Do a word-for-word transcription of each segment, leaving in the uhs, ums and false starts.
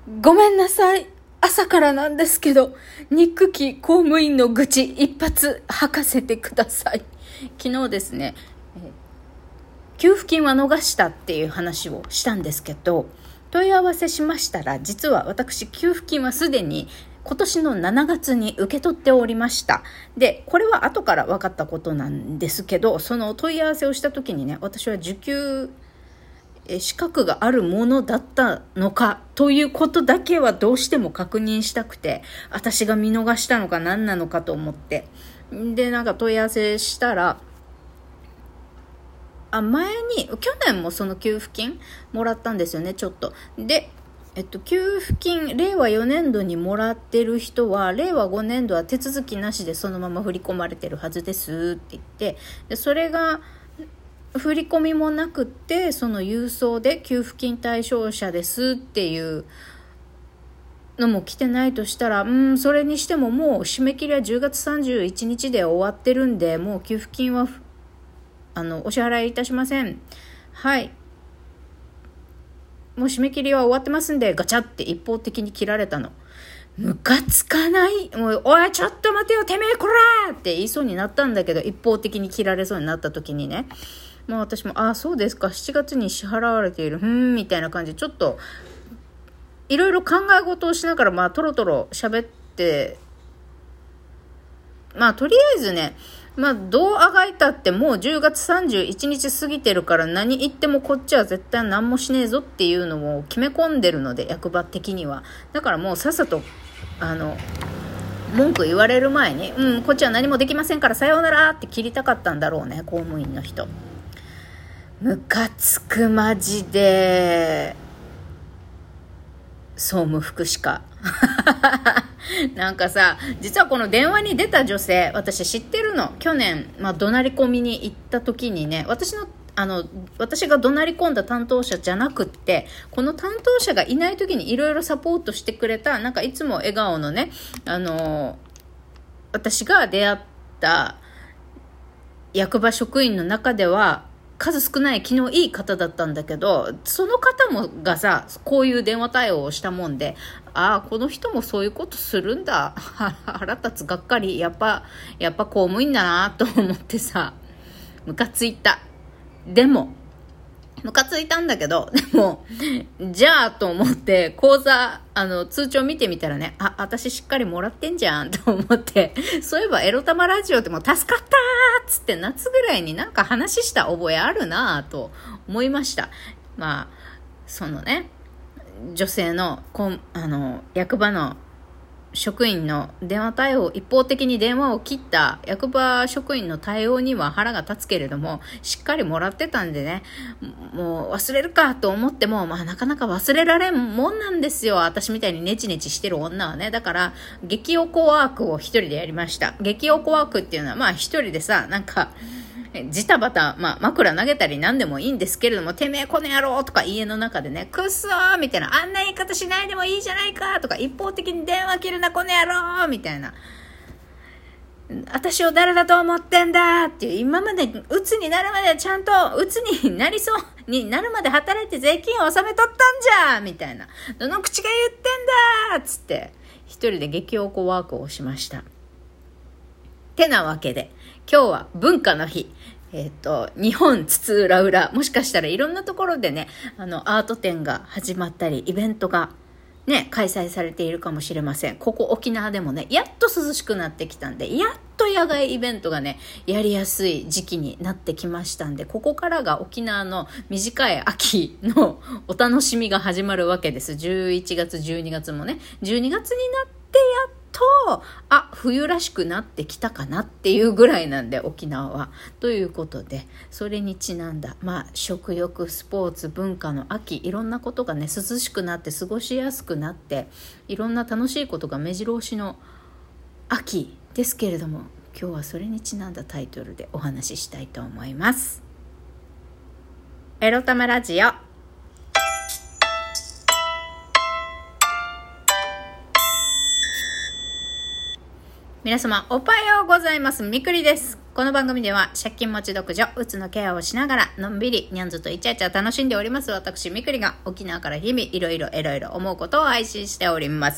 ごめんなさい。朝からなんですけど、憎き公務員の愚痴一発吐かせてください。昨日ですね、給付金は逃したっていう話をしたんですけど、問い合わせしましたら、実は私給付金はすでに今年のしちがつに受け取っておりました。で、これは後から分かったことなんですけど、その問い合わせをした時にね、私は受給資格があるものだったのかということだけはどうしても確認したくて、私が見逃したのか何なのかと思って、でなんか問い合わせしたら、あ前に去年もその給付金もらったんですよね、ちょっとでえっと、給付金れいわよねんどにもらってる人はれいわごねんどは手続きなしでそのまま振り込まれてるはずですって言って、でそれが振り込みもなくって、その郵送で給付金対象者ですっていうのも来てないとしたら、うんそれにしてももう締め切りはじゅうがつさんじゅういちにちで終わってるんで、もう給付金はあのお支払いいたしません。はい、もう締め切りは終わってますんで、ガチャって一方的に切られたの。ムカつかない？もう、おいちょっと待てよてめえこらーって言いそうになったんだけど、一方的に切られそうになった時にね、もう私もああそうですか、しちがつに支払われているふーんみたいな感じで、ちょっといろいろ考え事をしながら、まあトロトロ喋って、まあとりあえずね、まあどうあがいたってもうじゅうがつさんじゅういちにち過ぎてるから、何言ってもこっちは絶対何もしねえぞっていうのを決め込んでるので、役場的には。だからもうさっさとあの文句言われる前に、うんこっちは何もできませんからさようならって切りたかったんだろうね、公務員の人。ムカつくマジで。総務福祉課なんかさ、実はこの電話に出た女性、私知ってるの。去年、まあ、怒鳴り込みに行った時にね、私のあの私が怒鳴り込んだ担当者じゃなくって、この担当者がいない時にいろいろサポートしてくれた、なんかいつも笑顔のね、あの私が出会った役場職員の中では数少ない気のいい方だったんだけど、その方もがさ、こういう電話対応をしたもんで、ああこの人もそういうことするんだ、腹立つ、がっかり、やっぱやっぱ公務員だなと思ってさ、ムカついた。でもムカついたんだけど、でもじゃあと思って口座あの通帳見てみたらね、あ私しっかりもらってんじゃんと思って、そういえばエロ玉ラジオでも助かったーっつって夏ぐらいになんか話した覚えあるなと思いました。まあそのね、女性のこんあの役場の職員の電話対応、一方的に電話を切った役場職員の対応には腹が立つけれども、しっかりもらってたんでね、もう忘れるかと思っても、まあなかなか忘れられんもんなんですよ、私みたいにネチネチしてる女はね。だから激おこワークを一人でやりました。激おこワークっていうのは、まあ一人でさ、なんかジタバタ、まあ、枕投げたり何でもいいんですけれども、てめえこの野郎とか家の中でね、くっそーみたいな、あんな言い方しないでもいいじゃないかとか、一方的に電話切るなこの野郎みたいな、私を誰だと思ってんだっていう、今まで鬱になるまでちゃんと鬱になりそうになるまで働いて税金を納めとったんじゃみたいな、どの口が言ってんだっつって一人で激おこワークをしました。てなわけで今日は文化の日。えっと、日本津々浦々、もしかしたらいろんなところでね、あの、アート展が始まったり、イベントがね、開催されているかもしれません。ここ沖縄でもね、やっと涼しくなってきたんで、やっと野外イベントがね、やりやすい時期になってきましたんで、ここからが沖縄の短い秋のお楽しみが始まるわけです。じゅういちがつ、じゅうにがつもね、じゅうにがつになってやっとあ冬らしくなってきたかなっていうぐらいなんで、沖縄は。ということで、それにちなんだ、まあ食欲、スポーツ、文化の秋、いろんなことがね、涼しくなって過ごしやすくなって、いろんな楽しいことが目白押しの秋ですけれども、今日はそれにちなんだタイトルでお話ししたいと思います。エロ玉ラジオ。皆様おはようございます。みくりです。 この番組では借金持ち独女うつのケアをしながらのんびりニャンズとイチャイチャ楽しんでおります私みくりが沖縄から日々いろいろいろいろ思うことを配信しております。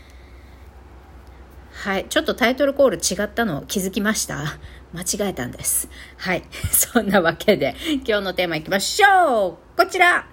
はい、ちょっとタイトルコール違ったの気づきました？間違えたんです。はい、そんなわけで今日のテーマいきましょう。こちら、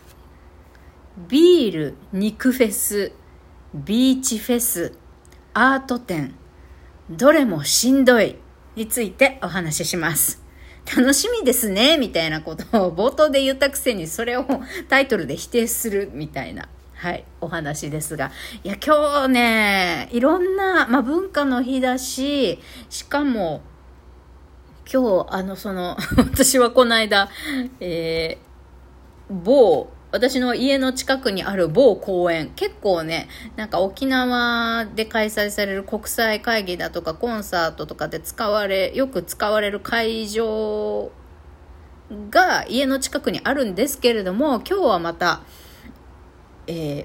ビール、肉フェス、ビーチフェス、アート展、どれもしんどいについてお話しします。楽しみですねみたいなことを冒頭で言ったくせにそれをタイトルで否定するみたいな、はい、お話ですが、いや今日ね、いろんな、まあ、文化の日だし、しかも今日あのその私はこの間、えー、某私の家の近くにある某公園、結構ね、なんか沖縄で開催される国際会議だとかコンサートとかで使われ、よく使われる会場が家の近くにあるんですけれども、今日はまた、えー、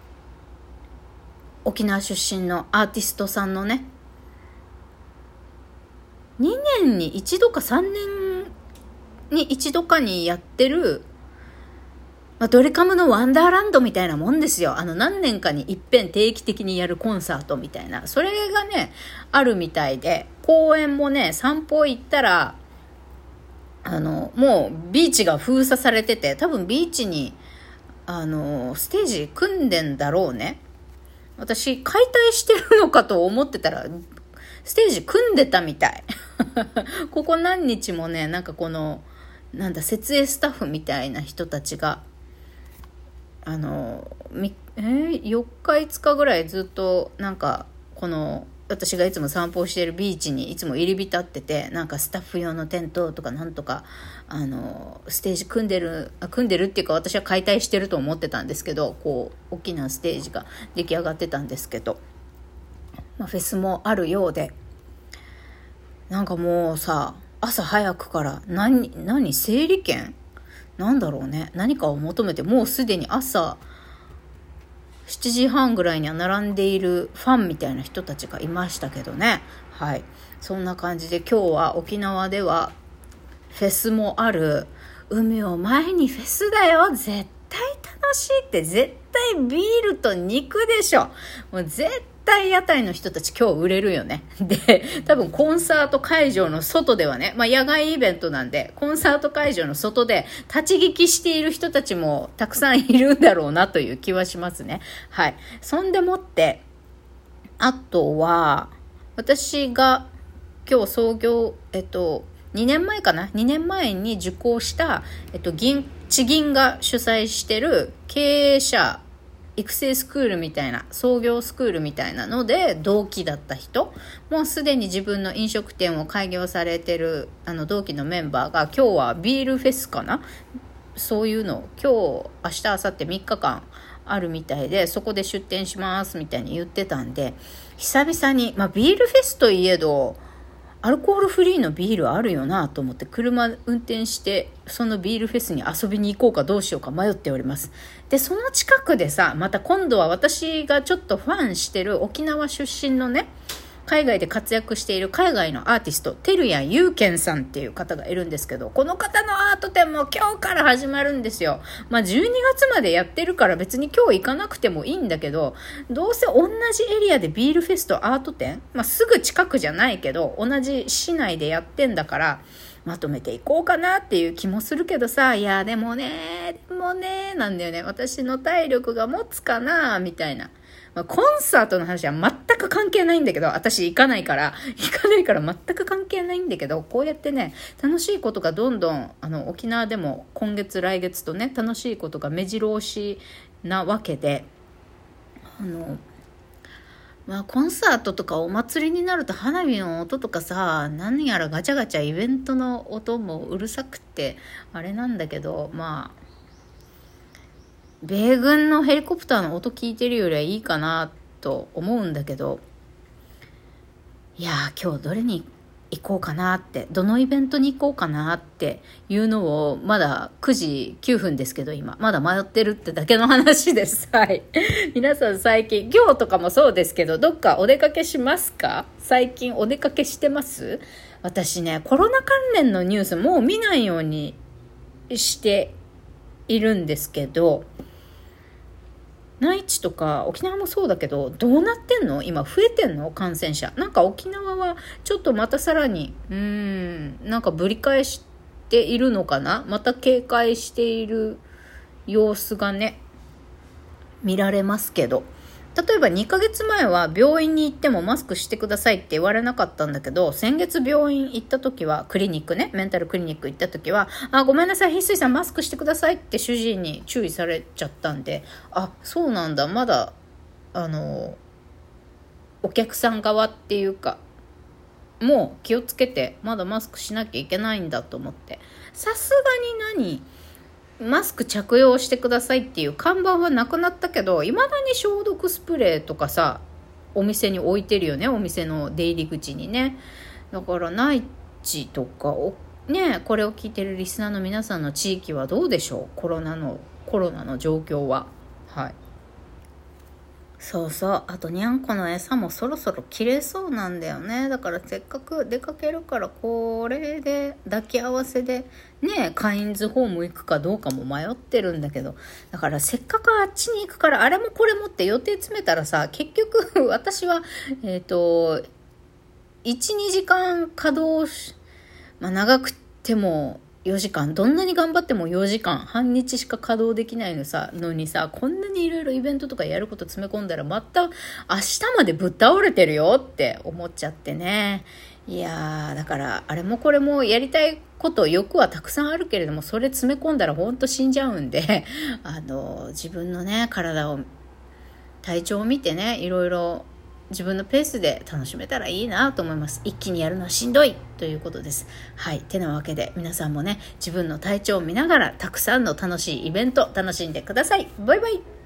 沖縄出身のアーティストさんのね、にねんに一度かさんねんに一度かにやってる、まあ、ドリカムのワンダーランドみたいなもんですよ。あの何年かに一遍定期的にやるコンサートみたいな、それがねあるみたいで、公園もね散歩行ったら、あのもうビーチが封鎖されてて、多分ビーチにあのステージ組んでんだろうね。私解体してるのかと思ってたらステージ組んでたみたいここ何日もね、なんかこのなんだ設営スタッフみたいな人たちがあのえー、よっかいつかぐらいずっとなんかこの私がいつも散歩しているビーチにいつも入り浸ってて、なんかスタッフ用のテントとかなんとかあのステージ組んでる組んでるっていうか、私は解体してると思ってたんですけど、こう大きなステージが出来上がってたんですけど、まあ、フェスもあるようで、なんかもうさ、朝早くから何何整理券なんだろうね、何かを求めてもうすでに朝しちじはんぐらいには並んでいるファンみたいな人たちがいましたけどね。はい、そんな感じで今日は沖縄ではフェスもある。海を前にフェスだよ、絶対楽しいって、絶対ビールと肉でしょ。もう絶対屋台の人たち今日売れるよね。で、多分コンサート会場の外ではね、まあ野外イベントなんで、コンサート会場の外で立ち聞きしている人たちもたくさんいるんだろうなという気はしますね。はい。そんでもって、あとは、私が今日創業、えっと、にねんまえかなにねんまえに受講した、えっと、銀地銀が主催してる経営者育成スクールみたいな、創業スクールみたいなので同期だった人、もうすでに自分の飲食店を開業されてるあの同期のメンバーが、今日はビールフェスかな、そういうの今日明日明後日みっかかんあるみたいで、そこで出店しますみたいに言ってたんで、久々に、まあ、ビールフェスといえどアルコールフリーのビールあるよなと思って、車運転してそのビールフェスに遊びに行こうかどうしようか迷っております。で、その近くでさ、また今度は私がちょっとファンしてる沖縄出身のね、海外で活躍している海外のアーティスト、照屋祐健さんっていう方がいるんですけど、この方のアート展も今日から始まるんですよ。まあじゅうにがつまでやってるから別に今日行かなくてもいいんだけど、どうせ同じエリアでビールフェスとアート展、まあすぐ近くじゃないけど同じ市内でやってんだからまとめていこうかなっていう気もするけどさ、いやでもねでもねなんだよね、私の体力が持つかなみたいな。まあ、コンサートの話は全く関係ないんだけど、私行かないから行かないから全く関係ないんだけど、こうやってね楽しいことがどんどんあの沖縄でも今月来月とね楽しいことが目白押しなわけで、あのまあ、コンサートとかお祭りになると花火の音とかさ、何やらガチャガチャイベントの音もうるさくってあれなんだけど、まあ米軍のヘリコプターの音聞いてるよりはいいかなと思うんだけど、いやー今日どれに行こうかなって、どのイベントに行こうかなっていうのを、まだくじきゅうふんですけど今まだ迷ってるってだけの話です。はい。皆さん最近、今日とかもそうですけど、どっかお出かけしますか？最近お出かけしてます？ 私ね、コロナ関連のニュースもう見ないようにしているんですけど、内地とか沖縄もそうだけど、どうなってんの？今増えてんの？感染者。なんか沖縄はちょっとまたさらに、うーん、なんかぶり返しているのかな？また警戒している様子がね、見られますけど。例えばにかげつまえは病院に行ってもマスクしてくださいって言われなかったんだけど、先月病院行った時は、クリニックね、メンタルクリニック行った時は、あ、ごめんなさい、翡翠さんマスクしてくださいって主治医に注意されちゃったんで、あ、そうなんだ、まだあのお客さん側っていうか、もう気をつけてまだマスクしなきゃいけないんだと思って、さすがに何マスク着用してくださいっていう看板はなくなったけど、いまだに消毒スプレーとかさ、お店に置いてるよね、お店の出入り口にね。だから内地とかね、これを聞いてるリスナーの皆さんの地域はどうでしょう、コロナのコロナの状況は。はい、そうそう。あとにゃんこの餌もそろそろ切れそうなんだよね。だからせっかく出かけるから、これで抱き合わせでね、カインズホーム行くかどうかも迷ってるんだけど、だからせっかくあっちに行くから、あれもこれもって予定詰めたらさ、結局私はえっといち、にじかん稼働し、まあ、長くてもよじかん、どんなに頑張ってもよじかん、半日しか稼働できないのさ、のにさ、こんなにいろいろイベントとかやること詰め込んだら、また明日までぶっ倒れてるよって思っちゃってね。いやー、だからあれもこれもやりたいこと欲はたくさんあるけれども、それ詰め込んだらほんと死んじゃうんで、あの自分のね、体を、体調を見てね、いろいろ自分のペースで楽しめたらいいなと思います。一気にやるのはしんどいということです。はい。てなわけで皆さんもね、自分の体調を見ながらたくさんの楽しいイベント楽しんでください。バイバイ。